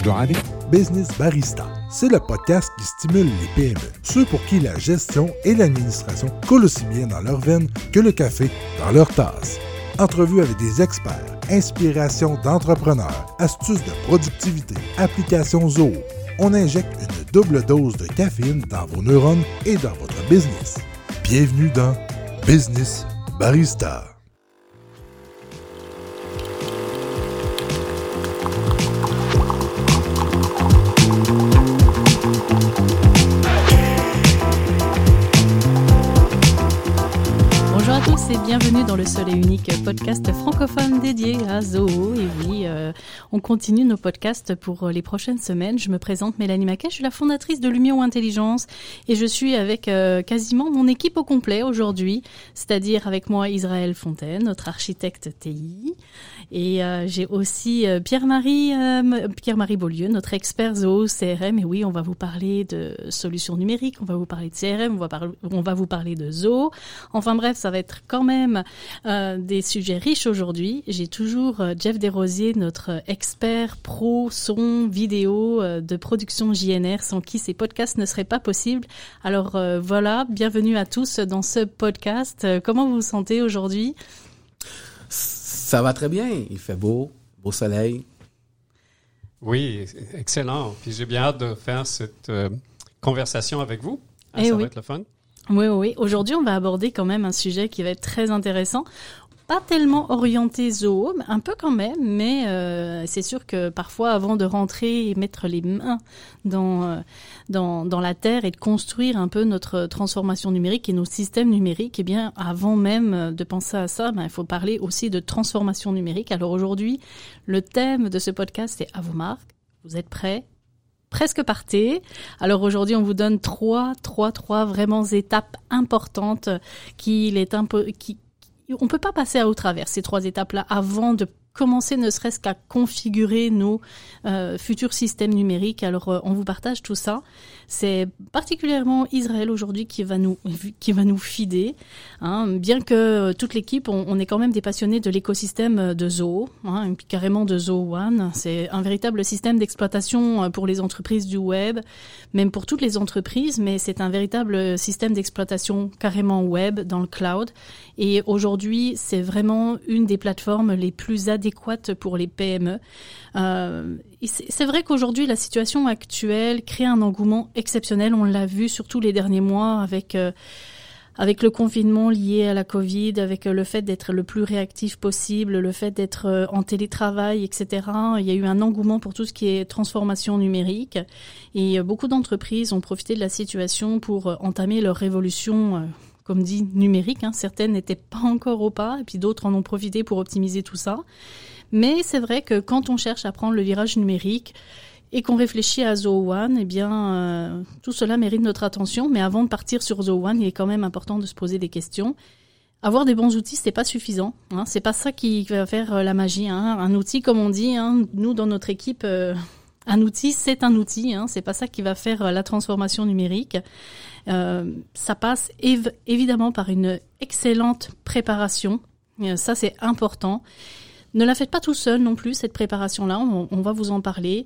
علي. Business Barista, c'est le podcast qui stimule les PME, ceux pour qui la gestion et l'administration coulent aussi bien dans leurs veines que le café dans leur tasse. Entrevues avec des experts, inspiration d'entrepreneurs, astuces de productivité, applications Zoho. On injecte une double dose de caféine dans vos neurones et dans votre business. Bienvenue dans Business Barista. Bonjour à tous et bienvenue dans le seul et unique podcast francophone dédié à Zoho. Et oui, on continue nos podcasts pour les prochaines semaines. Je me présente Mélanie Maquet, je suis la fondatrice de Lumion Intelligence et je suis avec quasiment mon équipe au complet aujourd'hui, c'est-à-dire avec moi Israël Fontaine, notre architecte TI, et j'ai aussi Pierre-Marie Beaulieu, notre expert Zoho CRM. Et oui, on va vous parler de solutions numériques, on va vous parler de CRM, on va vous parler de Zoho. Enfin bref, ça va être quand même des sujets riches aujourd'hui. J'ai toujours Jeff Desrosiers, notre expert pro son vidéo de production JNR, sans qui ces podcasts ne seraient pas possibles. Alors voilà, bienvenue à tous dans ce podcast. Comment vous vous sentez aujourd'hui? Ça va très bien. Il fait beau soleil. Oui, excellent. Puis j'ai bien hâte de faire cette conversation avec vous. Ça va être le fun. Oui. Aujourd'hui, on va aborder quand même un sujet qui va être très intéressant. Pas tellement orienté Zoho, un peu quand même, mais c'est sûr que parfois, avant de rentrer et mettre les mains dans la terre et de construire un peu notre transformation numérique et nos systèmes numériques, eh bien, avant même de penser à ça, il faut parler aussi de transformation numérique. Alors aujourd'hui, le thème de ce podcast, c'est à vos marques. Vous êtes prêts? Presque partez. Alors aujourd'hui, on vous donne trois vraiment étapes importantes on peut pas passer au travers ces trois étapes-là avant de commencer ne serait-ce qu'à configurer nos futurs systèmes numériques. Alors on vous partage tout ça. C'est particulièrement Israël aujourd'hui qui va nous feeder. Bien que toute l'équipe, on est quand même des passionnés de l'écosystème de Zoho, carrément de Zoho One. C'est un véritable système d'exploitation pour les entreprises du web, même pour toutes les entreprises, mais c'est un véritable système d'exploitation carrément web dans le cloud. Et aujourd'hui, c'est vraiment une des plateformes les plus adéquates pour les PME. C'est vrai qu'aujourd'hui, la situation actuelle crée un engouement exceptionnel. On l'a vu surtout les derniers mois avec le confinement lié à la Covid, avec le fait d'être le plus réactif possible, le fait d'être en télétravail, etc. Il y a eu un engouement pour tout ce qui est transformation numérique. Et beaucoup d'entreprises ont profité de la situation pour entamer leur révolution comme dit, numérique. Certaines n'étaient pas encore au pas, et puis d'autres en ont profité pour optimiser tout ça. Mais c'est vrai que quand on cherche à prendre le virage numérique et qu'on réfléchit à Zoho One, eh bien, tout cela mérite notre attention. Mais avant de partir sur Zoho One, il est quand même important de se poser des questions. Avoir des bons outils, c'est pas suffisant. C'est pas ça qui va faire la magie. Un outil, comme on dit, nous dans notre équipe, un outil, c'est un outil. C'est pas ça qui va faire la transformation numérique. Ça passe évidemment par une excellente préparation. Ça, c'est important. Ne la faites pas tout seul non plus, cette préparation-là. On va vous en parler.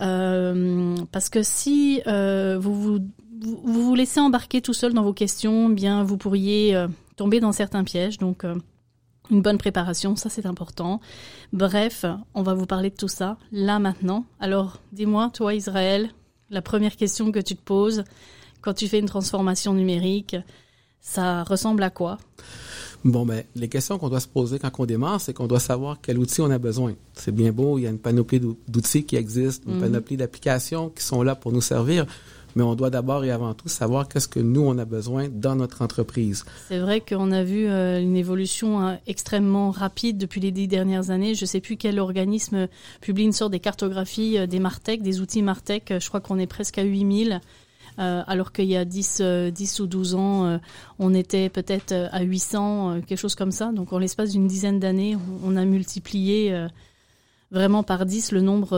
Parce que si vous vous laissez embarquer tout seul dans vos questions, bien vous pourriez tomber dans certains pièges. Donc, une bonne préparation, ça c'est important. Bref, on va vous parler de tout ça, là, maintenant. Alors, dis-moi, toi, Israël, la première question que tu te poses quand tu fais une transformation numérique, ça ressemble à quoi? Bon, les questions qu'on doit se poser quand on démarre, c'est qu'on doit savoir quel outil on a besoin. C'est bien beau, il y a une panoplie d'outils qui existent, une panoplie d'applications qui sont là pour nous servir, mais on doit d'abord et avant tout savoir qu'est-ce que nous, on a besoin dans notre entreprise. C'est vrai qu'on a vu une évolution extrêmement rapide depuis les 10 dernières années. Je ne sais plus quel organisme publie une sorte des cartographies des Martech, des outils Martech. Je crois qu'on est presque à 8000. Alors qu'il y a 10 ou 12 ans, on était peut-être à 800, quelque chose comme ça. Donc, en l'espace d'une dizaine d'années, on a multiplié vraiment par 10 le nombre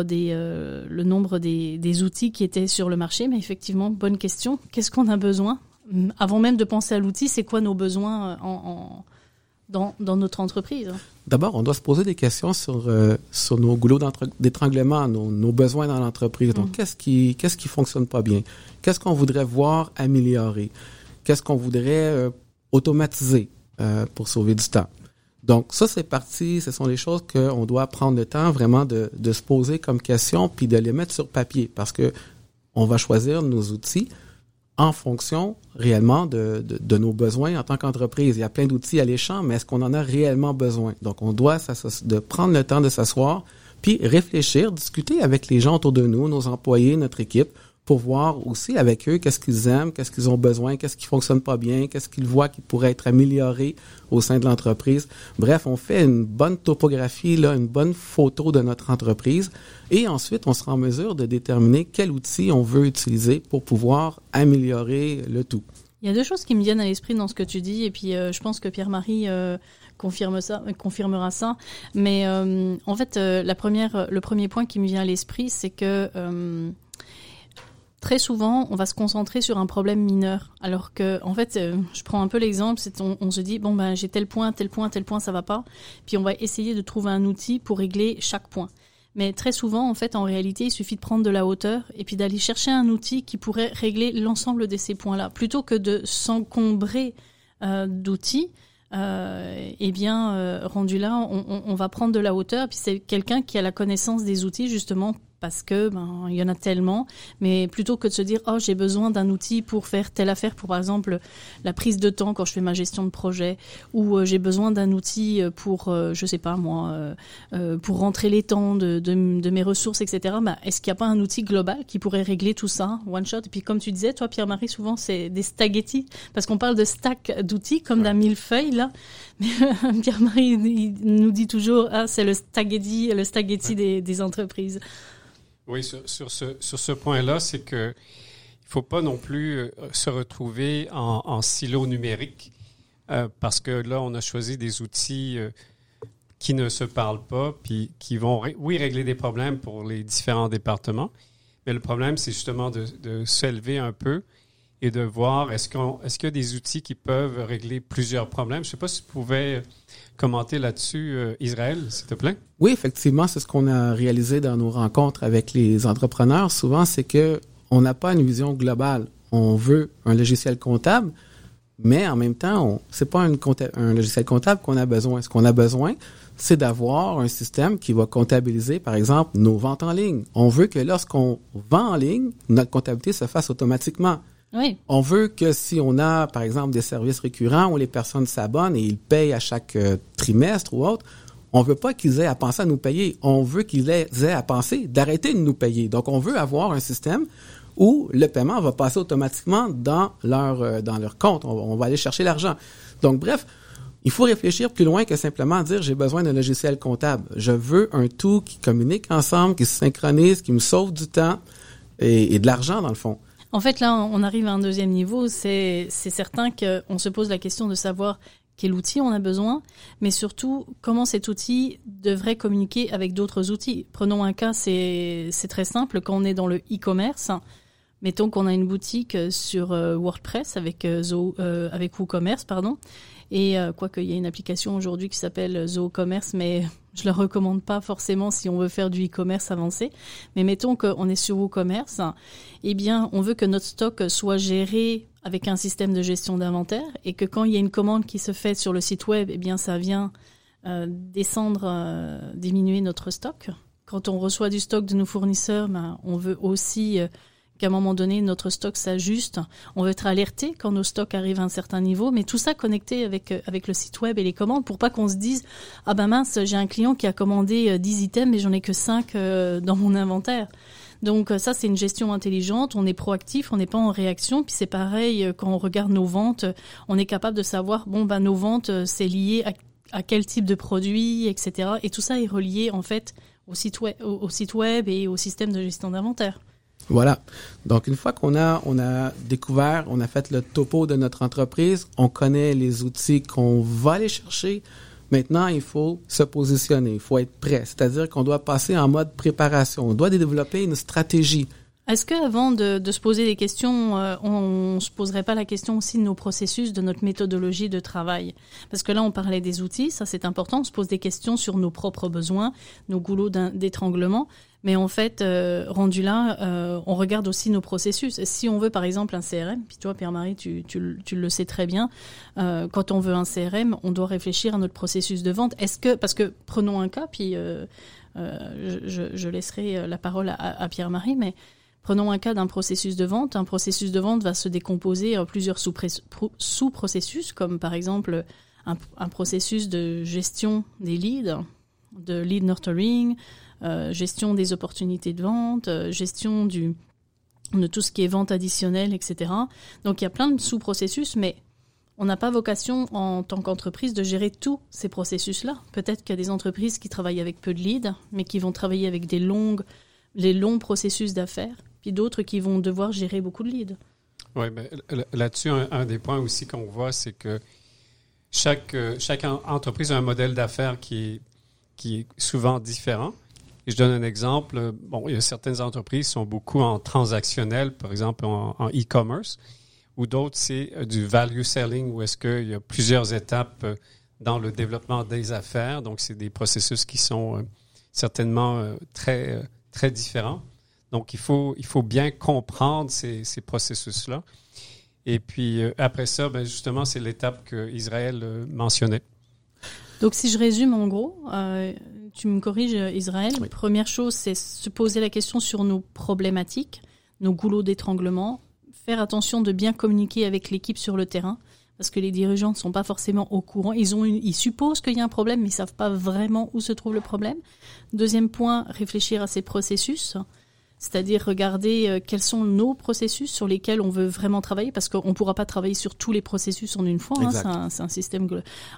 des outils qui étaient sur le marché. Mais effectivement, bonne question. Qu'est-ce qu'on a besoin? Avant même de penser à l'outil, c'est quoi nos besoins dans notre entreprise? D'abord, on doit se poser des questions sur nos goulots d'étranglement, nos besoins dans l'entreprise. Donc, qu'est-ce qui fonctionne pas bien? Qu'est-ce qu'on voudrait voir améliorer? Qu'est-ce qu'on voudrait automatiser pour sauver du temps? Donc, ça, c'est parti. Ce sont des choses qu'on doit prendre le temps vraiment de se poser comme question puis de les mettre sur papier parce que on va choisir nos outils en fonction réellement de nos besoins en tant qu'entreprise. Il y a plein d'outils alléchants, mais est-ce qu'on en a réellement besoin? Donc, on doit de prendre le temps de s'asseoir, puis réfléchir, discuter avec les gens autour de nous, nos employés, notre équipe, pour voir aussi avec eux qu'est-ce qu'ils aiment, qu'est-ce qu'ils ont besoin, qu'est-ce qui fonctionne pas bien, qu'est-ce qu'ils voient qui pourrait être amélioré au sein de l'entreprise. Bref, on fait une bonne topographie, là, une bonne photo de notre entreprise et ensuite, on sera en mesure de déterminer quel outil on veut utiliser pour pouvoir améliorer le tout. Il y a deux choses qui me viennent à l'esprit dans ce que tu dis et puis je pense que Pierre-Marie confirmera ça. Mais en fait, le premier point qui me vient à l'esprit, c'est que très souvent, on va se concentrer sur un problème mineur, alors que, en fait, je prends un peu l'exemple, on se dit, j'ai tel point, ça va pas, puis on va essayer de trouver un outil pour régler chaque point. Mais très souvent, en fait, en réalité, il suffit de prendre de la hauteur et puis d'aller chercher un outil qui pourrait régler l'ensemble de ces points-là, plutôt que de s'encombrer d'outils. Rendu là, on va prendre de la hauteur, puis c'est quelqu'un qui a la connaissance des outils, justement, parce que il y en a tellement, mais plutôt que de se dire j'ai besoin d'un outil pour faire telle affaire, pour par exemple la prise de temps quand je fais ma gestion de projet, ou j'ai besoin d'un outil pour pour rentrer les temps de mes ressources, etc. Est-ce qu'il n'y a pas un outil global qui pourrait régler tout ça one shot? Et puis comme tu disais, toi Pierre-Marie, souvent c'est des spaghettis, parce qu'on parle de stack d'outils comme d'un millefeuille là. Mais Pierre-Marie il nous dit toujours c'est le spaghetti des entreprises. Oui, sur ce point-là, c'est que il faut pas non plus se retrouver en silo numérique parce que là, on a choisi des outils qui ne se parlent pas puis qui vont, régler des problèmes pour les différents départements. Mais le problème, c'est justement de s'élever un peu et de voir est-ce qu'il y a des outils qui peuvent régler plusieurs problèmes. Je ne sais pas si tu pouvais commenter là-dessus, Israël, s'il te plaît. Oui, effectivement, c'est ce qu'on a réalisé dans nos rencontres avec les entrepreneurs. Souvent, c'est que on n'a pas une vision globale. On veut un logiciel comptable, mais en même temps, c'est pas un logiciel comptable qu'on a besoin. Ce qu'on a besoin, c'est d'avoir un système qui va comptabiliser, par exemple, nos ventes en ligne. On veut que lorsqu'on vend en ligne, notre comptabilité se fasse automatiquement. Oui. On veut que si on a, par exemple, des services récurrents où les personnes s'abonnent et ils payent à chaque trimestre ou autre, on veut pas qu'ils aient à penser à nous payer. On veut qu'ils aient à penser d'arrêter de nous payer. Donc, on veut avoir un système où le paiement va passer automatiquement dans leur compte. On va aller chercher l'argent. Donc, bref, il faut réfléchir plus loin que simplement dire j'ai besoin d'un logiciel comptable. Je veux un tout qui communique ensemble, qui se synchronise, qui me sauve du temps et de l'argent, dans le fond. En fait, là, on arrive à un deuxième niveau. C'est certain qu'on se pose la question de savoir quel outil on a besoin, mais surtout, comment cet outil devrait communiquer avec d'autres outils. Prenons un cas, c'est très simple. Quand on est dans le e-commerce, mettons qu'on a une boutique sur WordPress avec WooCommerce, et quoique il y a une application aujourd'hui qui s'appelle ZooCommerce, mais je la recommande pas forcément si on veut faire du e-commerce avancé. Mais mettons qu'on est sur WooCommerce, on veut que notre stock soit géré avec un système de gestion d'inventaire et que quand il y a une commande qui se fait sur le site web, ça vient diminuer notre stock. Quand on reçoit du stock de nos fournisseurs, on veut aussi qu'à un moment donné, notre stock s'ajuste. On veut être alerté quand nos stocks arrivent à un certain niveau, mais tout ça connecté avec le site web et les commandes pour pas qu'on se dise « Ah mince, j'ai un client qui a commandé 10 items mais j'en ai que 5 dans mon inventaire ». Donc ça, c'est une gestion intelligente, on est proactif, on n'est pas en réaction. Puis c'est pareil, quand on regarde nos ventes, on est capable de savoir, nos ventes, c'est lié à quel type de produit, etc. Et tout ça est relié en fait au site web et au système de gestion d'inventaire. Voilà. Donc, une fois qu'on a découvert, on a fait le topo de notre entreprise, on connaît les outils qu'on va aller chercher. Maintenant, il faut se positionner, il faut être prêt. C'est-à-dire qu'on doit passer en mode préparation. On doit développer une stratégie Est-ce qu'avant de se poser des questions, on se poserait pas la question aussi de nos processus, de notre méthodologie de travail? Parce que là, on parlait des outils, ça c'est important, on se pose des questions sur nos propres besoins, nos goulots d'étranglement, mais en fait, rendu là, on regarde aussi nos processus. Si on veut par exemple un CRM, puis toi Pierre-Marie, tu le sais très bien, quand on veut un CRM, on doit réfléchir à notre processus de vente. Parce que prenons un cas, puis je laisserai la parole à Pierre-Marie, mais prenons un cas d'un processus de vente. Un processus de vente va se décomposer en plusieurs sous-processus, comme par exemple un processus de gestion des leads, de lead nurturing, gestion des opportunités de vente, gestion de tout ce qui est vente additionnelle, etc. Donc il y a plein de sous-processus, mais on n'a pas vocation en tant qu'entreprise de gérer tous ces processus-là. Peut-être qu'il y a des entreprises qui travaillent avec peu de leads, mais qui vont travailler avec les longs processus d'affaires, puis d'autres qui vont devoir gérer beaucoup de leads. Oui, mais là-dessus, un des points aussi qu'on voit, c'est que chaque entreprise a un modèle d'affaires qui est souvent différent. Et je donne un exemple. Bon, il y a certaines entreprises qui sont beaucoup en transactionnel, par exemple en e-commerce, ou d'autres, c'est du value selling, où est-ce qu'il y a plusieurs étapes dans le développement des affaires. Donc, c'est des processus qui sont certainement très différents. Donc, il faut bien comprendre ces processus-là. Et puis, après ça, ben, justement, c'est l'étape que Israël mentionnait. Donc, si je résume en gros, tu me corriges, Israël. Oui. Première chose, c'est se poser la question sur nos problématiques, nos goulots d'étranglement, faire attention de bien communiquer avec l'équipe sur le terrain, parce que les dirigeants ne sont pas forcément au courant. Ils supposent qu'il y a un problème, mais ils ne savent pas vraiment où se trouve le problème. Deuxième point, réfléchir à ces processus, c'est-à-dire regarder quels sont nos processus sur lesquels on veut vraiment travailler, parce qu'on ne pourra pas travailler sur tous les processus en une fois. Hein, c'est un système,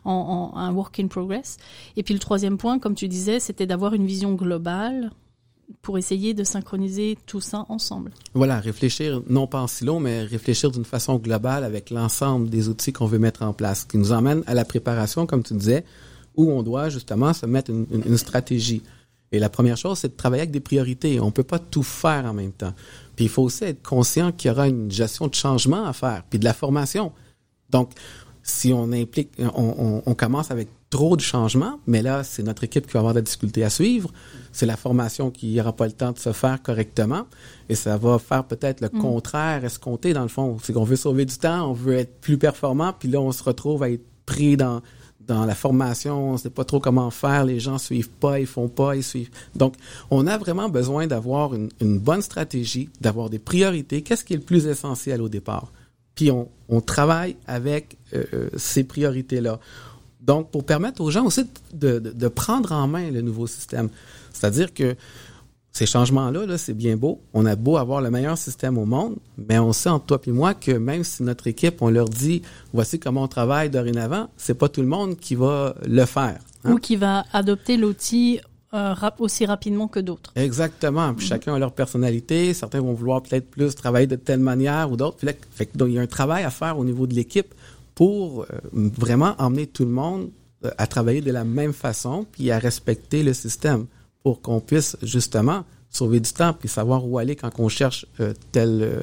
un work in progress. Et puis le troisième point, comme tu disais, c'était d'avoir une vision globale pour essayer de synchroniser tout ça ensemble. Voilà, réfléchir, non pas en silo, mais réfléchir d'une façon globale avec l'ensemble des outils qu'on veut mettre en place, qui nous emmène à la préparation, comme tu disais, où on doit justement se mettre une stratégie. Et la première chose, c'est de travailler avec des priorités. On ne peut pas tout faire en même temps. Puis il faut aussi être conscient qu'il y aura une gestion de changement à faire, puis de la formation. Donc, si on implique, on commence avec trop de changements, mais là, c'est notre équipe qui va avoir de la difficulté à suivre. C'est la formation qui n'aura pas le temps de se faire correctement. Et ça va faire peut-être le contraire escompté, dans le fond. C'est qu'on veut sauver du temps, on veut être plus performant, puis là, on se retrouve à être pris dans la formation, on ne sait pas trop comment faire, les gens suivent pas, ils font pas, ils suivent. Donc, on a vraiment besoin d'avoir une bonne stratégie, d'avoir des priorités. Qu'est-ce qui est le plus essentiel au départ? Puis, on travaille avec ces priorités-là. Donc, pour permettre aux gens aussi de prendre en main le nouveau système. C'est-à-dire que ces changements-là, là, c'est bien beau. On a beau avoir le meilleur système au monde, mais on sait entre toi et moi que même si notre équipe, on leur dit voici comment on travaille dorénavant, c'est pas tout le monde qui va le faire. Hein? Ou qui va adopter l'outil aussi rapidement que d'autres. Exactement. Puis chacun a leur personnalité. Certains vont vouloir peut-être plus travailler de telle manière ou d'autres. Donc, il y a un travail à faire au niveau de l'équipe pour vraiment emmener tout le monde à travailler de la même façon puis à respecter le système, pour qu'on puisse justement sauver du temps puis savoir où aller quand on cherche tel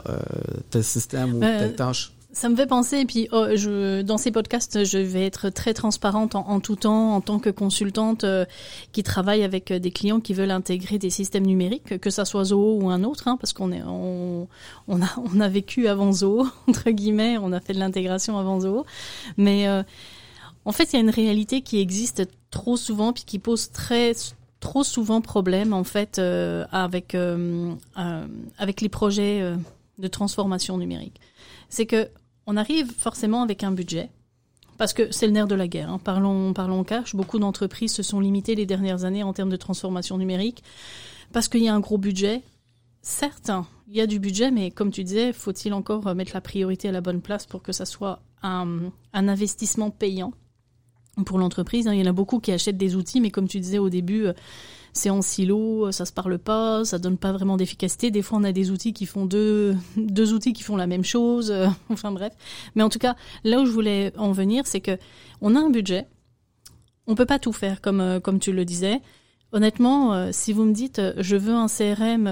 système ou telle tâche. Ça me fait penser, et puis dans ces podcasts, je vais être très transparente en tout temps en tant que consultante qui travaille avec des clients qui veulent intégrer des systèmes numériques, que ça soit Zoho ou un autre, hein, parce qu'on a vécu avant Zoho, entre guillemets, on a fait de l'intégration avant Zoho, mais en fait, il y a une réalité qui existe trop souvent puis qui pose trop souvent problème en fait avec les projets de transformation numérique. C'est que on arrive forcément avec un budget, parce que c'est le nerf de la guerre. Hein. Parlons cash. Beaucoup d'entreprises se sont limitées les dernières années en termes de transformation numérique parce qu'il y a un gros budget. Certes, il y a du budget, mais comme tu disais, faut-il encore mettre la priorité à la bonne place pour que ça soit un investissement payant pour l'entreprise. Il y en a beaucoup qui achètent des outils, mais comme tu disais au début, c'est en silo, ça se parle pas, ça donne pas vraiment d'efficacité. Des fois, on a des outils qui font deux outils qui font la même chose. Enfin bref. Mais en tout cas, là où je voulais en venir, c'est que on a un budget. On peut pas tout faire comme tu le disais. Honnêtement, si vous me dites, je veux un CRM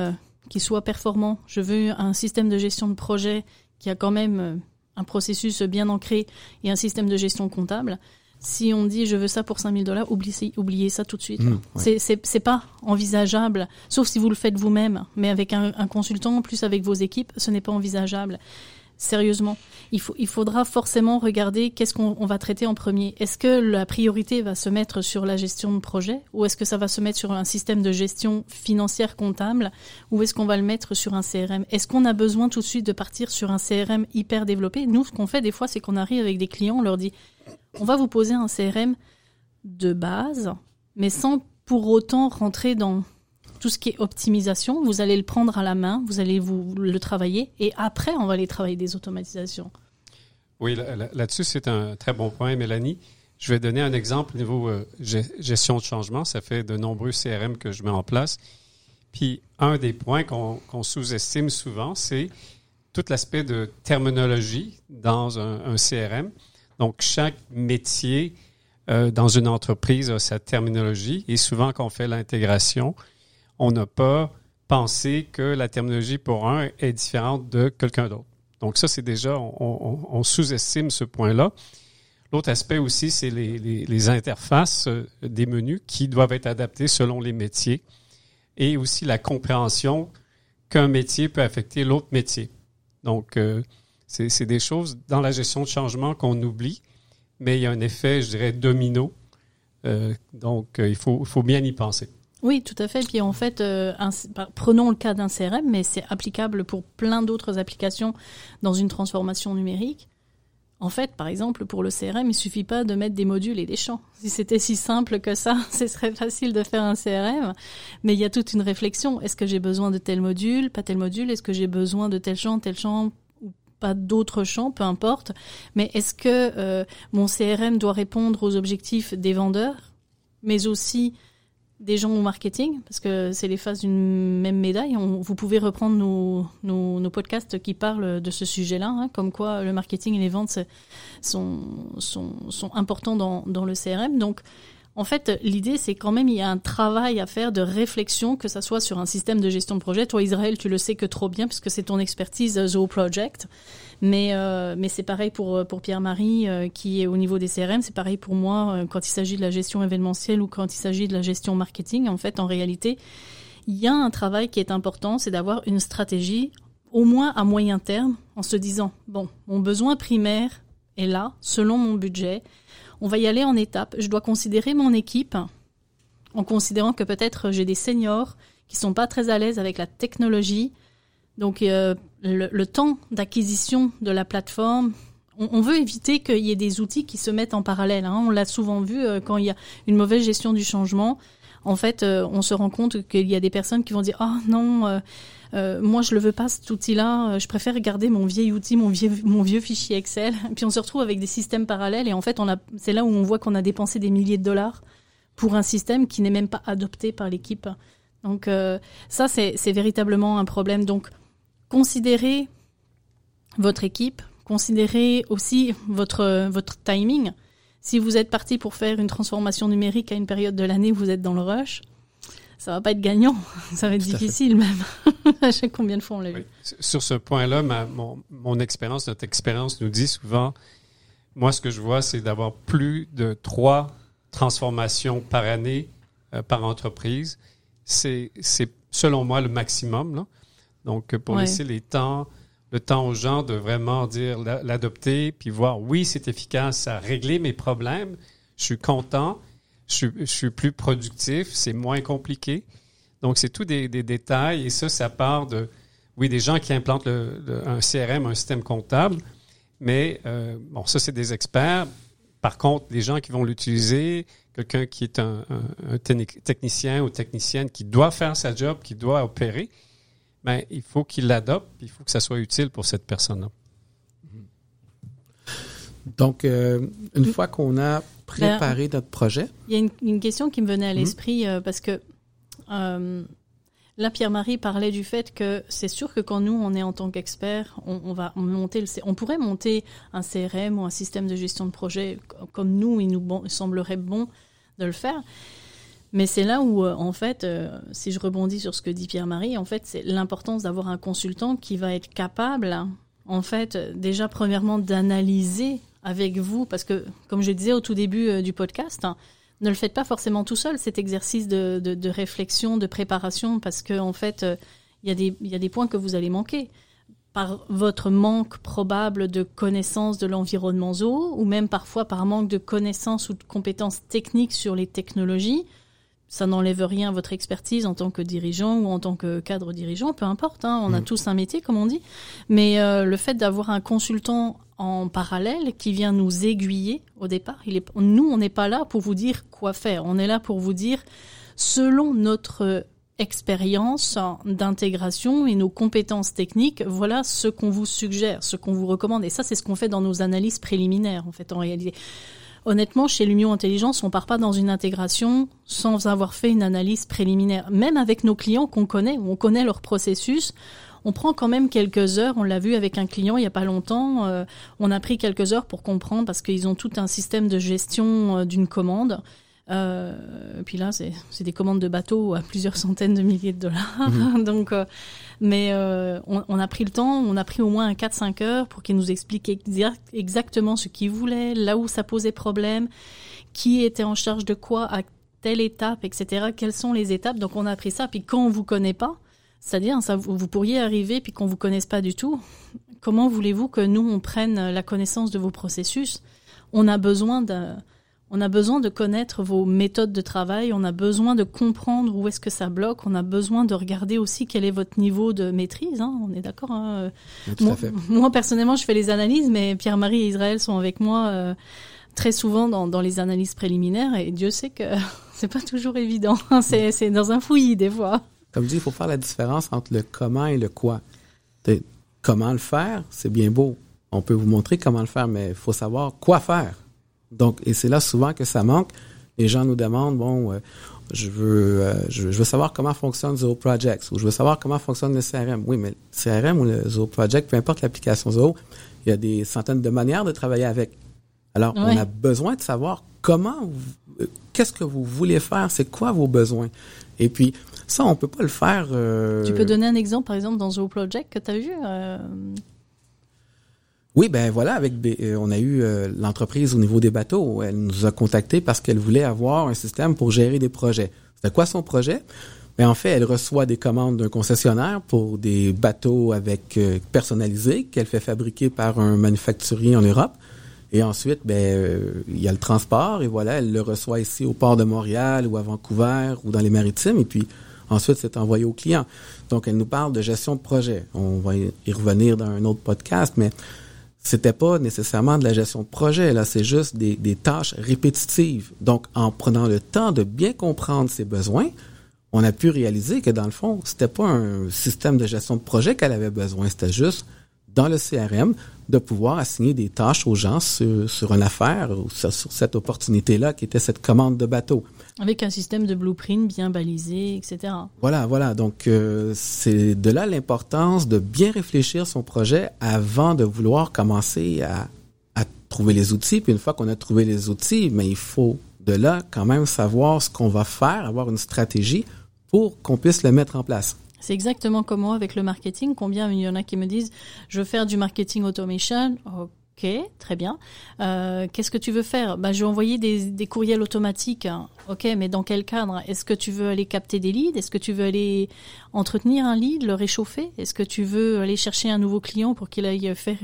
qui soit performant. Je veux un système de gestion de projet qui a quand même un processus bien ancré et un système de gestion comptable. Si on dit je veux ça pour $5,000, oubliez ça tout de suite. Ouais. C'est pas envisageable, sauf si vous le faites vous-même. Mais avec un consultant, plus avec vos équipes, ce n'est pas envisageable. Sérieusement, il faudra forcément regarder qu'est-ce qu'on va traiter en premier. Est-ce que la priorité va se mettre sur la gestion de projet ou est-ce que ça va se mettre sur un système de gestion financière comptable ou est-ce qu'on va le mettre sur un CRM? Est-ce qu'on a besoin tout de suite de partir sur un CRM hyper développé? Nous, ce qu'on fait des fois, c'est qu'on arrive avec des clients, on leur dit on va vous poser un CRM de base, mais sans pour autant rentrer dans tout ce qui est optimisation. Vous allez le prendre à la main, vous allez vous le travailler et après, on va aller travailler des automatisations. Oui, là-dessus, c'est un très bon point, Mélanie. Je vais donner un exemple au niveau gestion de changement. Ça fait de nombreux CRM que je mets en place. Puis, un des points qu'on sous-estime souvent, c'est tout l'aspect de terminologie dans un CRM. Donc, chaque métier dans une entreprise a sa terminologie. Et souvent, quand on fait l'intégration, on n'a pas pensé que la terminologie pour un est différente de quelqu'un d'autre. Donc, ça, c'est déjà, on sous-estime ce point-là. L'autre aspect aussi, c'est les interfaces des menus qui doivent être adaptées selon les métiers et aussi la compréhension qu'un métier peut affecter l'autre métier. Donc, c'est des choses dans la gestion de changement qu'on oublie, mais il y a un effet, je dirais, domino. Donc, il faut bien y penser. Oui, tout à fait. Puis en fait, prenons le cas d'un CRM, mais c'est applicable pour plein d'autres applications dans une transformation numérique. En fait, par exemple, pour le CRM, il suffit pas de mettre des modules et des champs. Si c'était si simple que ça, ce serait facile de faire un CRM. Mais il y a toute une réflexion. Est-ce que j'ai besoin de tel module, pas tel module? Est-ce que j'ai besoin de tel champ, ou pas d'autres champs, peu importe. Mais est-ce que mon CRM doit répondre aux objectifs des vendeurs, mais aussi des gens au marketing, parce que c'est les faces d'une même médaille. Vous pouvez reprendre nos podcasts qui parlent de ce sujet-là, comme quoi le marketing et les ventes sont importants dans le CRM. Donc, en fait, l'idée, c'est quand même, il y a un travail à faire de réflexion, que ça soit sur un système de gestion de projet. Toi, Israël, tu le sais que trop bien, puisque c'est ton expertise Zoho Project. Mais c'est pareil pour Pierre-Marie, qui est au niveau des CRM. C'est pareil pour moi, quand il s'agit de la gestion événementielle ou quand il s'agit de la gestion marketing. En fait, en réalité, il y a un travail qui est important, c'est d'avoir une stratégie, au moins à moyen terme, en se disant, bon, mon besoin primaire est là, selon mon budget. On va y aller en étapes. Je dois considérer mon équipe en considérant que peut-être j'ai des seniors qui sont pas très à l'aise avec la technologie. Donc, le temps d'acquisition de la plateforme, on veut éviter qu'il y ait des outils qui se mettent en parallèle. On l'a souvent vu quand il y a une mauvaise gestion du changement. En fait, on se rend compte qu'il y a des personnes qui vont dire « Ah non, moi je le veux pas cet outil-là, je préfère garder mon vieil outil, mon vieux fichier Excel. » Puis on se retrouve avec des systèmes parallèles et en fait, c'est là où on voit qu'on a dépensé des milliers de dollars pour un système qui n'est même pas adopté par l'équipe. Donc ça, c'est véritablement un problème. Donc, considérez votre équipe, considérez aussi votre timing. Si vous êtes parti pour faire une transformation numérique à une période de l'année où vous êtes dans le rush, ça va pas être gagnant. Ça va être difficile même. À chaque combien de fois on l'a vu. Sur ce point-là, mon expérience, notre expérience nous dit souvent, moi ce que je vois, c'est d'avoir plus de 3 transformations par année par entreprise. C'est selon moi le maximum, là. Donc, pour laisser le temps aux gens de vraiment dire l'adopter, puis voir, oui, c'est efficace, ça a réglé mes problèmes, je suis content, je suis plus productif, c'est moins compliqué. Donc, c'est tout des détails, et ça part des gens qui implantent un CRM, un système comptable, mais ça, c'est des experts. Par contre, les gens qui vont l'utiliser, quelqu'un qui est un technicien ou technicienne qui doit faire sa job, qui doit opérer, ben, il faut qu'il l'adopte, il faut que ça soit utile pour cette personne-là. Donc, une fois qu'on a préparé notre projet... Il y a une question qui me venait à l'esprit, parce que là, Pierre-Marie parlait du fait que c'est sûr que quand nous, on est en tant qu'experts, on pourrait monter un CRM ou un système de gestion de projet comme nous, il nous semblerait bon de le faire. Mais c'est là où, en fait, si je rebondis sur ce que dit Pierre-Marie, en fait, c'est l'importance d'avoir un consultant qui va être capable, en fait, déjà, premièrement, d'analyser avec vous, parce que, comme je disais au tout début du podcast, ne le faites pas forcément tout seul, cet exercice de réflexion, de préparation, parce que, en fait, il y a des points que vous allez manquer. Par votre manque probable de connaissances de l'environnement zoo, ou même parfois par manque de connaissances ou de compétences techniques sur les technologies. Ça n'enlève rien à votre expertise en tant que dirigeant ou en tant que cadre dirigeant, peu importe, on a tous un métier, comme on dit. Mais le fait d'avoir un consultant en parallèle qui vient nous aiguiller au départ, nous, on n'est pas là pour vous dire quoi faire. On est là pour vous dire, selon notre expérience d'intégration et nos compétences techniques, voilà ce qu'on vous suggère, ce qu'on vous recommande. Et ça, c'est ce qu'on fait dans nos analyses préliminaires, en fait, en réalité. Honnêtement, chez Lumio Intelligence, on part pas dans une intégration sans avoir fait une analyse préliminaire. Même avec nos clients qu'on connaît, où on connaît leur processus, on prend quand même quelques heures. On l'a vu avec un client il y a pas longtemps. On a pris quelques heures pour comprendre parce qu'ils ont tout un système de gestion d'une commande. Puis là, c'est des commandes de bateaux à plusieurs centaines de milliers de dollars. Donc, on a pris le temps, on a pris au moins 4-5 heures pour qu'ils nous expliquent exactement ce qu'ils voulaient, là où ça posait problème, qui était en charge de quoi à telle étape, etc. Quelles sont les étapes. Donc, on a appris ça. Puis quand on vous connaît pas, c'est-à-dire, ça, vous pourriez arriver puis qu'on vous connaisse pas du tout. Comment voulez-vous que nous, on prenne la connaissance de vos processus? On a besoin de connaître vos méthodes de travail, on a besoin de comprendre où est-ce que ça bloque, on a besoin de regarder aussi quel est votre niveau de maîtrise, on est d'accord. Tout à fait. Moi, personnellement, je fais les analyses, mais Pierre-Marie et Israël sont avec moi très souvent dans les analyses préliminaires, et Dieu sait que c'est pas toujours évident, c'est dans un fouillis des fois. Comme je dis, il faut faire la différence entre le comment et le quoi. Comment le faire, c'est bien beau. On peut vous montrer comment le faire, mais il faut savoir quoi faire. Donc, et c'est là souvent que ça manque. Les gens nous demandent, je veux savoir comment fonctionne Zoo Projects ou je veux savoir comment fonctionne le CRM. Oui, mais le CRM ou le Zoo Project, peu importe l'application Zoo, il y a des centaines de manières de travailler avec. Alors, on a besoin de savoir qu'est-ce que vous voulez faire, c'est quoi vos besoins. Et puis, ça, on peut pas le faire. Tu peux donner un exemple, par exemple, dans Zoo Project que tu as vu Oui, ben voilà, on a eu l'entreprise au niveau des bateaux. Elle nous a contactés parce qu'elle voulait avoir un système pour gérer des projets. C'était quoi son projet? Ben en fait, elle reçoit des commandes d'un concessionnaire pour des bateaux personnalisés qu'elle fait fabriquer par un manufacturier en Europe. Et ensuite, il y a le transport et voilà, elle le reçoit ici au port de Montréal ou à Vancouver ou dans les Maritimes et puis ensuite c'est envoyé au client. Donc elle nous parle de gestion de projet. On va y revenir dans un autre podcast, mais c'était pas nécessairement de la gestion de projet, là, c'est juste des tâches répétitives. Donc, en prenant le temps de bien comprendre ses besoins, on a pu réaliser que, dans le fond, c'était pas un système de gestion de projet qu'elle avait besoin, c'était juste, dans le CRM, de pouvoir assigner des tâches aux gens sur une affaire ou sur cette opportunité-là qui était cette commande de bateau. Avec un système de blueprint bien balisé, etc. Voilà. Donc, c'est de là l'importance de bien réfléchir son projet avant de vouloir commencer à trouver les outils. Puis une fois qu'on a trouvé les outils, mais il faut de là quand même savoir ce qu'on va faire, avoir une stratégie pour qu'on puisse le mettre en place. C'est exactement comme moi avec le marketing. Combien il y en a qui me disent « Je veux faire du marketing automation ». Ok, très bien. Qu'est-ce que tu veux faire? Je vais envoyer des courriels automatiques. Ok, mais dans quel cadre? Est-ce que tu veux aller capter des leads? Est-ce que tu veux aller entretenir un lead, le réchauffer? Est-ce que tu veux aller chercher un nouveau client pour qu'il aille faire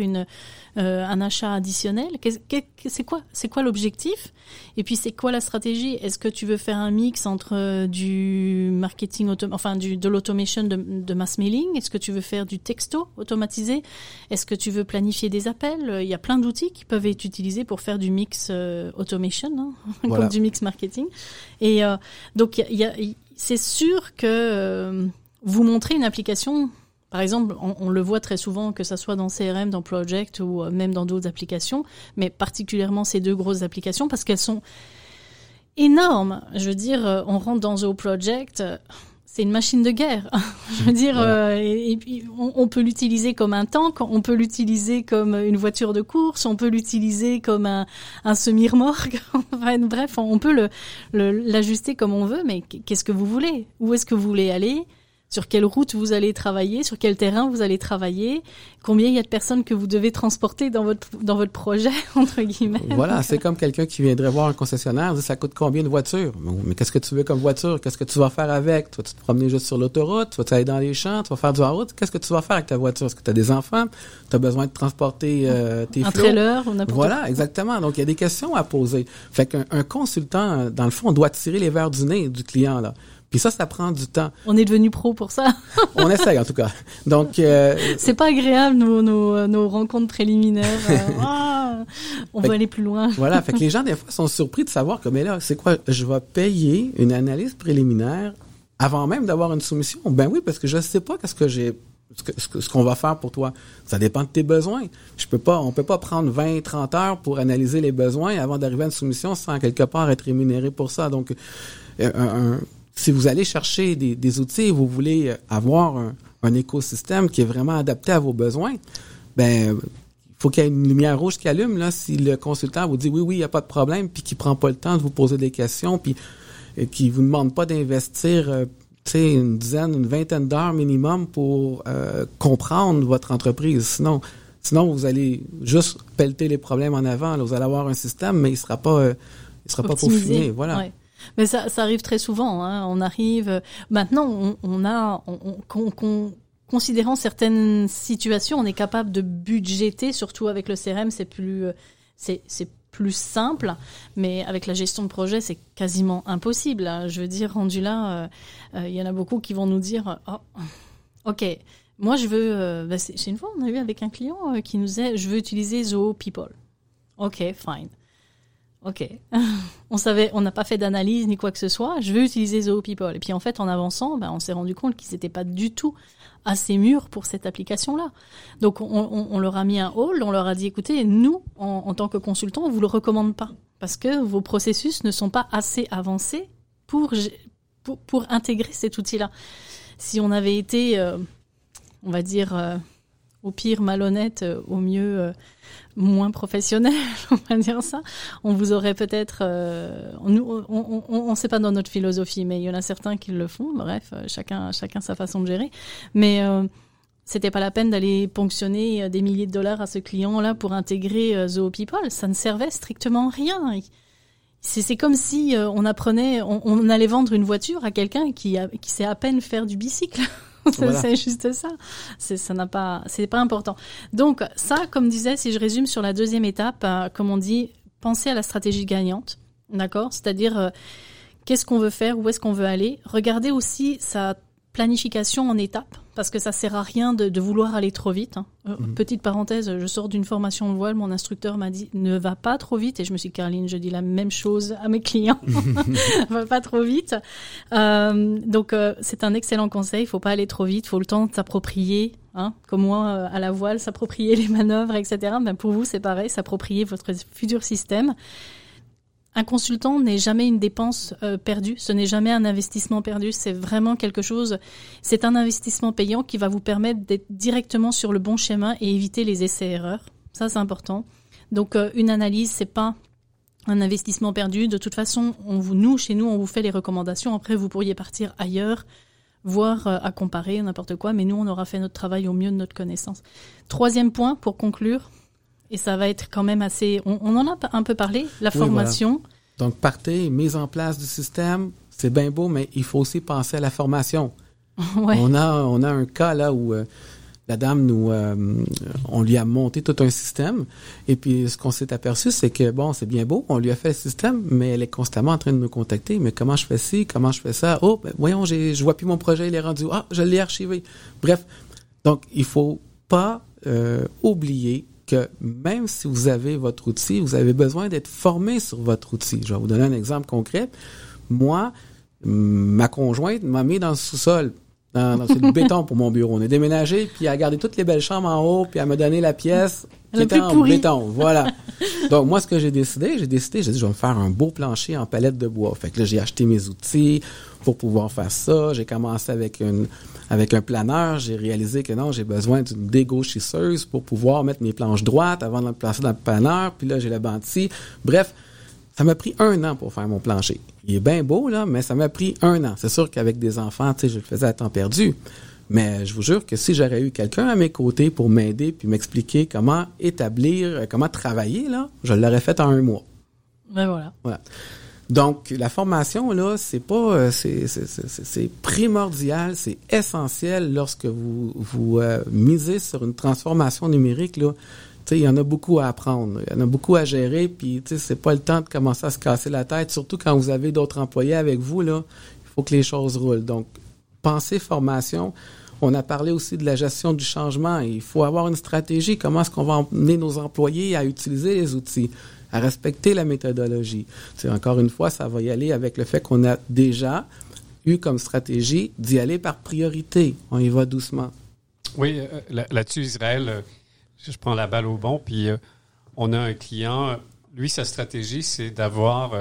un achat additionnel? C'est quoi l'objectif? Et puis c'est quoi la stratégie? Est-ce que tu veux faire un mix entre du marketing de l'automation de mass mailing? Est-ce que tu veux faire du texto automatisé? Est-ce que tu veux planifier des appels? Il y a plein d'outils qui peuvent être utilisés pour faire du mix automation, voilà. Comme du mix marketing. Et donc c'est sûr que vous montrez une application. Par exemple, on le voit très souvent, que ça soit dans CRM, dans Project ou même dans d'autres applications, mais particulièrement ces deux grosses applications parce qu'elles sont énormes. Je veux dire, on rentre dans Zoo Project, c'est une machine de guerre. Je veux dire, et puis on peut l'utiliser comme un tank, on peut l'utiliser comme une voiture de course, on peut l'utiliser comme un semi-remorque. Enfin, bref, on peut l'ajuster comme on veut, mais qu'est-ce que vous voulez? Où est-ce que vous voulez aller? Sur quelle route vous allez travailler, sur quel terrain vous allez travailler, combien il y a de personnes que vous devez transporter dans votre projet, entre guillemets. Voilà, c'est comme quelqu'un qui viendrait voir un concessionnaire, dit ça coûte combien de voitures? Mais qu'est-ce que tu veux comme voiture? Qu'est-ce que tu vas faire avec? Tu vas te promener juste sur l'autoroute? Tu vas aller dans les champs? Tu vas faire du en-route? Qu'est-ce que tu vas faire avec ta voiture? Est-ce que tu as des enfants? Tu as besoin de transporter tes flots? Un trailer ou n'importe quoi. Voilà, exactement. Donc, il y a des questions à poser. Fait qu'un consultant, dans le fond, doit tirer les verres du nez du client, là. Puis ça prend du temps. On est devenu pro pour ça. On essaye, en tout cas. Donc, c'est pas agréable, nos rencontres préliminaires. On veut aller plus loin. Voilà. Fait que les gens, des fois, sont surpris de savoir que, mais là, c'est quoi? Je vais payer une analyse préliminaire avant même d'avoir une soumission? Ben oui, parce que je sais pas ce qu'on va faire pour toi. Ça dépend de tes besoins. On peut pas prendre 20, 30 heures pour analyser les besoins avant d'arriver à une soumission sans quelque part être rémunéré pour ça. Donc, si vous allez chercher des outils et vous voulez avoir un écosystème qui est vraiment adapté à vos besoins, ben il faut qu'il y ait une lumière rouge qui allume là si le consultant vous dit oui, il n'y a pas de problème, puis qu'il prend pas le temps de vous poser des questions, puis qui vous demande pas d'investir une dizaine, une vingtaine d'heures minimum pour comprendre votre entreprise. Sinon vous allez juste pelleter les problèmes en avant. Là, vous allez avoir un système, mais il sera pas peaufiné. Voilà. Ouais. Mais ça arrive très souvent. Hein. On arrive maintenant, considérant certaines situations, on est capable de budgéter. Surtout avec le CRM, c'est plus simple. Mais avec la gestion de projet, c'est quasiment impossible. Hein. Je veux dire, rendu là, il y en a beaucoup qui vont nous dire, ok. Moi, je veux. C'est une fois, on a eu avec un client qui nous disait, je veux utiliser Zoho People. Ok, fine. Ok. On n'a pas fait d'analyse ni quoi que ce soit. Je veux utiliser Zoho People. Et puis en fait, en avançant, on s'est rendu compte qu'ils n'étaient pas du tout assez mûrs pour cette application-là. Donc on leur a mis un hold, on leur a dit, écoutez, nous, en tant que consultants, on vous le recommande pas parce que vos processus ne sont pas assez avancés pour intégrer cet outil-là. Si on avait été, on va dire, au pire malhonnête, au mieux moins professionnel, on va dire ça, on vous aurait peut-être... on sait pas dans notre philosophie, mais il y en a certains qui le font. Bref, chacun sa façon de gérer. Mais c'était pas la peine d'aller ponctionner des milliers de dollars à ce client-là pour intégrer Zoho People. Ça ne servait strictement à rien. C'est comme si on allait vendre une voiture à quelqu'un qui sait à peine faire du bicycle. Voilà. C'est juste ça. C'est pas important. Donc ça, comme disait, si je résume sur la deuxième étape, comme on dit, pensez à la stratégie gagnante, d'accord ? C'est-à-dire qu'est-ce qu'on veut faire, où est-ce qu'on veut aller. Regardez aussi sa planification en étapes, parce que ça sert à rien de vouloir aller trop vite. Hein. Petite parenthèse, je sors d'une formation de voile, mon instructeur m'a dit ne va pas trop vite, et je me suis dit, Caroline, je dis la même chose à mes clients, va pas trop vite. Donc c'est un excellent conseil, il faut pas aller trop vite, il faut le temps de s'approprier, hein, comme moi à la voile, s'approprier les manœuvres, etc. Ben, pour vous c'est pareil, s'approprier votre futur système. Un consultant n'est jamais une dépense perdue, ce n'est jamais un investissement perdu, c'est vraiment quelque chose, c'est un investissement payant qui va vous permettre d'être directement sur le bon schéma et éviter les essais-erreurs. Ça, c'est important. Donc, une analyse, c'est pas un investissement perdu. De toute façon, chez nous, on vous fait les recommandations. Après, vous pourriez partir ailleurs, voir à comparer, n'importe quoi, mais nous, on aura fait notre travail au mieux de notre connaissance. Troisième point, pour conclure, et ça va être quand même assez... On en a un peu parlé, la formation. Voilà. Donc, partez, mise en place du système, c'est bien beau, mais il faut aussi penser à la formation. Ouais. On a un cas là où la dame on lui a monté tout un système, et puis ce qu'on s'est aperçu, c'est que, bon, c'est bien beau, on lui a fait le système, mais elle est constamment en train de me contacter. Mais comment je fais ci, comment je fais ça? Oh, ben, voyons, je vois plus mon projet, il est rendu. Ah, je l'ai archivé. Bref, donc, il faut pas oublier que même si vous avez votre outil, vous avez besoin d'être formé sur votre outil. Je vais vous donner un exemple concret. Moi, ma conjointe m'a mis dans le sous-sol. Non, c'est du béton pour mon bureau. On est déménagé, puis elle a gardé toutes les belles chambres en haut, puis elle m'a donné la pièce qui était en béton. Voilà. Donc, moi, ce que j'ai dit, j'ai dit, je vais me faire un beau plancher en palette de bois. Fait que là, j'ai acheté mes outils pour pouvoir faire ça. J'ai commencé avec un planeur. J'ai réalisé que non, j'ai besoin d'une dégauchisseuse pour pouvoir mettre mes planches droites avant de le placer dans le planeur. Puis là, j'ai le banti. Bref, ça m'a pris 1 an pour faire mon plancher. Il est bien beau, là, mais ça m'a pris 1 an. C'est sûr qu'avec des enfants, tu sais, je le faisais à temps perdu. Mais je vous jure que si j'aurais eu quelqu'un à mes côtés pour m'aider puis m'expliquer comment établir, comment travailler, là, je l'aurais fait en 1 mois. Ben voilà. Voilà. Donc, la formation, là, c'est primordial, c'est essentiel lorsque vous misez sur une transformation numérique, là. Tu sais, il y en a beaucoup à apprendre, il y en a beaucoup à gérer, puis tu sais, c'est pas le temps de commencer à se casser la tête, surtout quand vous avez d'autres employés avec vous, là. Il faut que les choses roulent. Donc, pensez formation. On a parlé aussi de la gestion du changement. Il faut avoir une stratégie. Comment est-ce qu'on va emmener nos employés à utiliser les outils, à respecter la méthodologie? Tu sais, encore une fois, ça va y aller avec le fait qu'on a déjà eu comme stratégie d'y aller par priorité. On y va doucement. Oui, là-dessus, Israël, je prends la balle au bon, puis on a un client, lui, sa stratégie, c'est d'avoir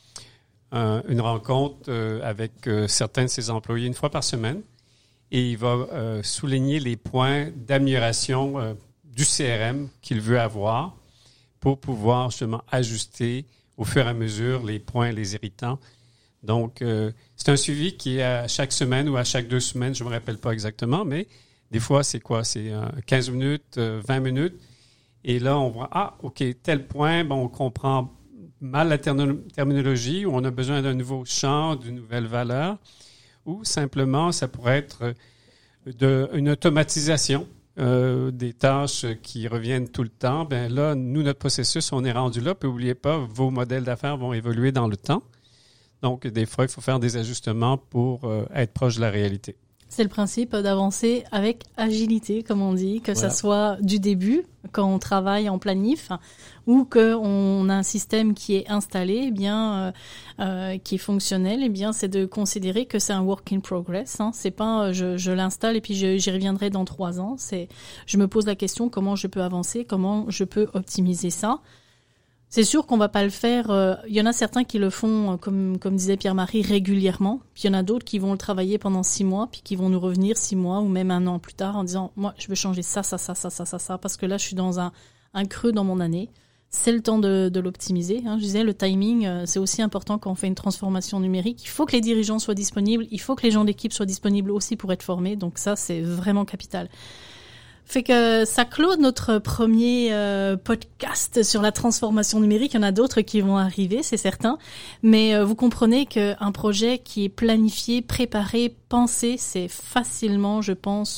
une rencontre avec certains de ses employés 1 fois par semaine, et il va souligner les points d'amélioration du CRM qu'il veut avoir pour pouvoir justement ajuster au fur et à mesure les points, les irritants. Donc, c'est un suivi qui est à chaque semaine ou à chaque 2 semaines, je ne me rappelle pas exactement, mais des fois, c'est quoi? C'est 15 minutes, 20 minutes. Et là, on voit, OK, tel point, bon, on comprend mal la terminologie, ou on a besoin d'un nouveau champ, d'une nouvelle valeur, ou simplement, ça pourrait être une automatisation des tâches qui reviennent tout le temps. Bien là, nous, notre processus, on est rendu là, puis n'oubliez pas, vos modèles d'affaires vont évoluer dans le temps. Donc, des fois, il faut faire des ajustements pour être proche de la réalité. C'est le principe d'avancer avec agilité, comme on dit, que ça soit du début, quand on travaille en planif, ou qu'on a un système qui est installé, qui est fonctionnel, c'est de considérer que c'est un work in progress. C'est pas je l'installe et puis j'y reviendrai dans 3 ans. C'est je me pose la question comment je peux avancer, comment je peux optimiser ça. C'est sûr qu'on va pas le faire. Il y en a certains qui le font, comme disait Pierre-Marie, régulièrement. Puis il y en a d'autres qui vont le travailler pendant 6 mois, puis qui vont nous revenir 6 mois ou même 1 an plus tard en disant « Moi, je veux changer ça, parce que là, je suis dans un creux dans mon année. » C'est le temps de l'optimiser. Je disais, le timing, c'est aussi important quand on fait une transformation numérique. Il faut que les dirigeants soient disponibles. Il faut que les gens d'équipe soient disponibles aussi pour être formés. Donc ça, c'est vraiment capital. Fait que ça clôt notre premier podcast sur la transformation numérique. Il y en a d'autres qui vont arriver, c'est certain. Mais vous comprenez qu'un projet qui est planifié, préparé, pensé, c'est facilement, je pense,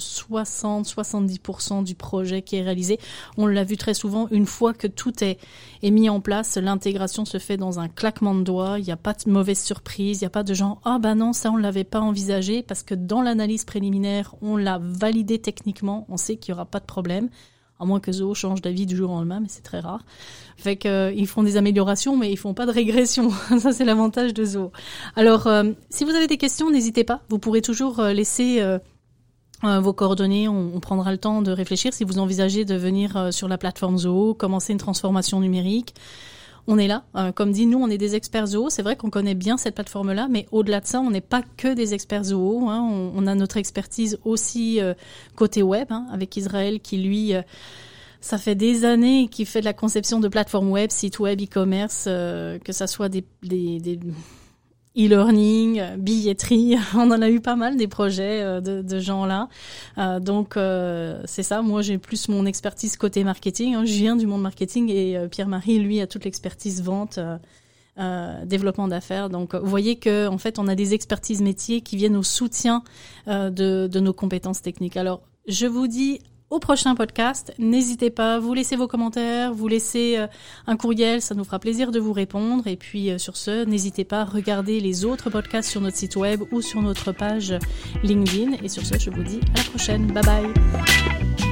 60-70% du projet qui est réalisé. On l'a vu très souvent, une fois que tout est mis en place, l'intégration se fait dans un claquement de doigts. Il n'y a pas de mauvaise surprise, il n'y a pas de genre « Ah ben non, ça on l'avait pas envisagé » parce que dans l'analyse préliminaire, on l'a validé techniquement. On sait qu'il n'y aura pas de problème, à moins que Zoho change d'avis du jour au lendemain, mais c'est très rare. Fait que ils font des améliorations, mais ils font pas de régression. Ça, c'est l'avantage de Zoho. Alors, si vous avez des questions, n'hésitez pas. Vous pourrez toujours laisser vos coordonnées. On prendra le temps de réfléchir. Si vous envisagez de venir sur la plateforme Zoho, commencer une transformation numérique, on est là. Comme dit, nous, on est des experts Zoho. C'est vrai qu'on connaît bien cette plateforme-là, mais au-delà de ça, on n'est pas que des experts Zoho. On a notre expertise aussi côté web, avec Israël qui, lui, ça fait des années qu'il fait de la conception de plateformes web, sites web, e-commerce, que ça soit des e-learning, billetterie. On en a eu pas mal des projets de gens-là. Donc, c'est ça. Moi, j'ai plus mon expertise côté marketing. Je viens du monde marketing et Pierre-Marie, lui, a toute l'expertise vente, développement d'affaires. Donc, vous voyez que en fait, on a des expertises métiers qui viennent au soutien de nos compétences techniques. Alors, je vous dis au prochain podcast. N'hésitez pas, vous laissez vos commentaires, vous laissez un courriel, ça nous fera plaisir de vous répondre. Et puis sur ce, n'hésitez pas à regarder les autres podcasts sur notre site web ou sur notre page LinkedIn. Et sur ce, je vous dis à la prochaine. Bye bye.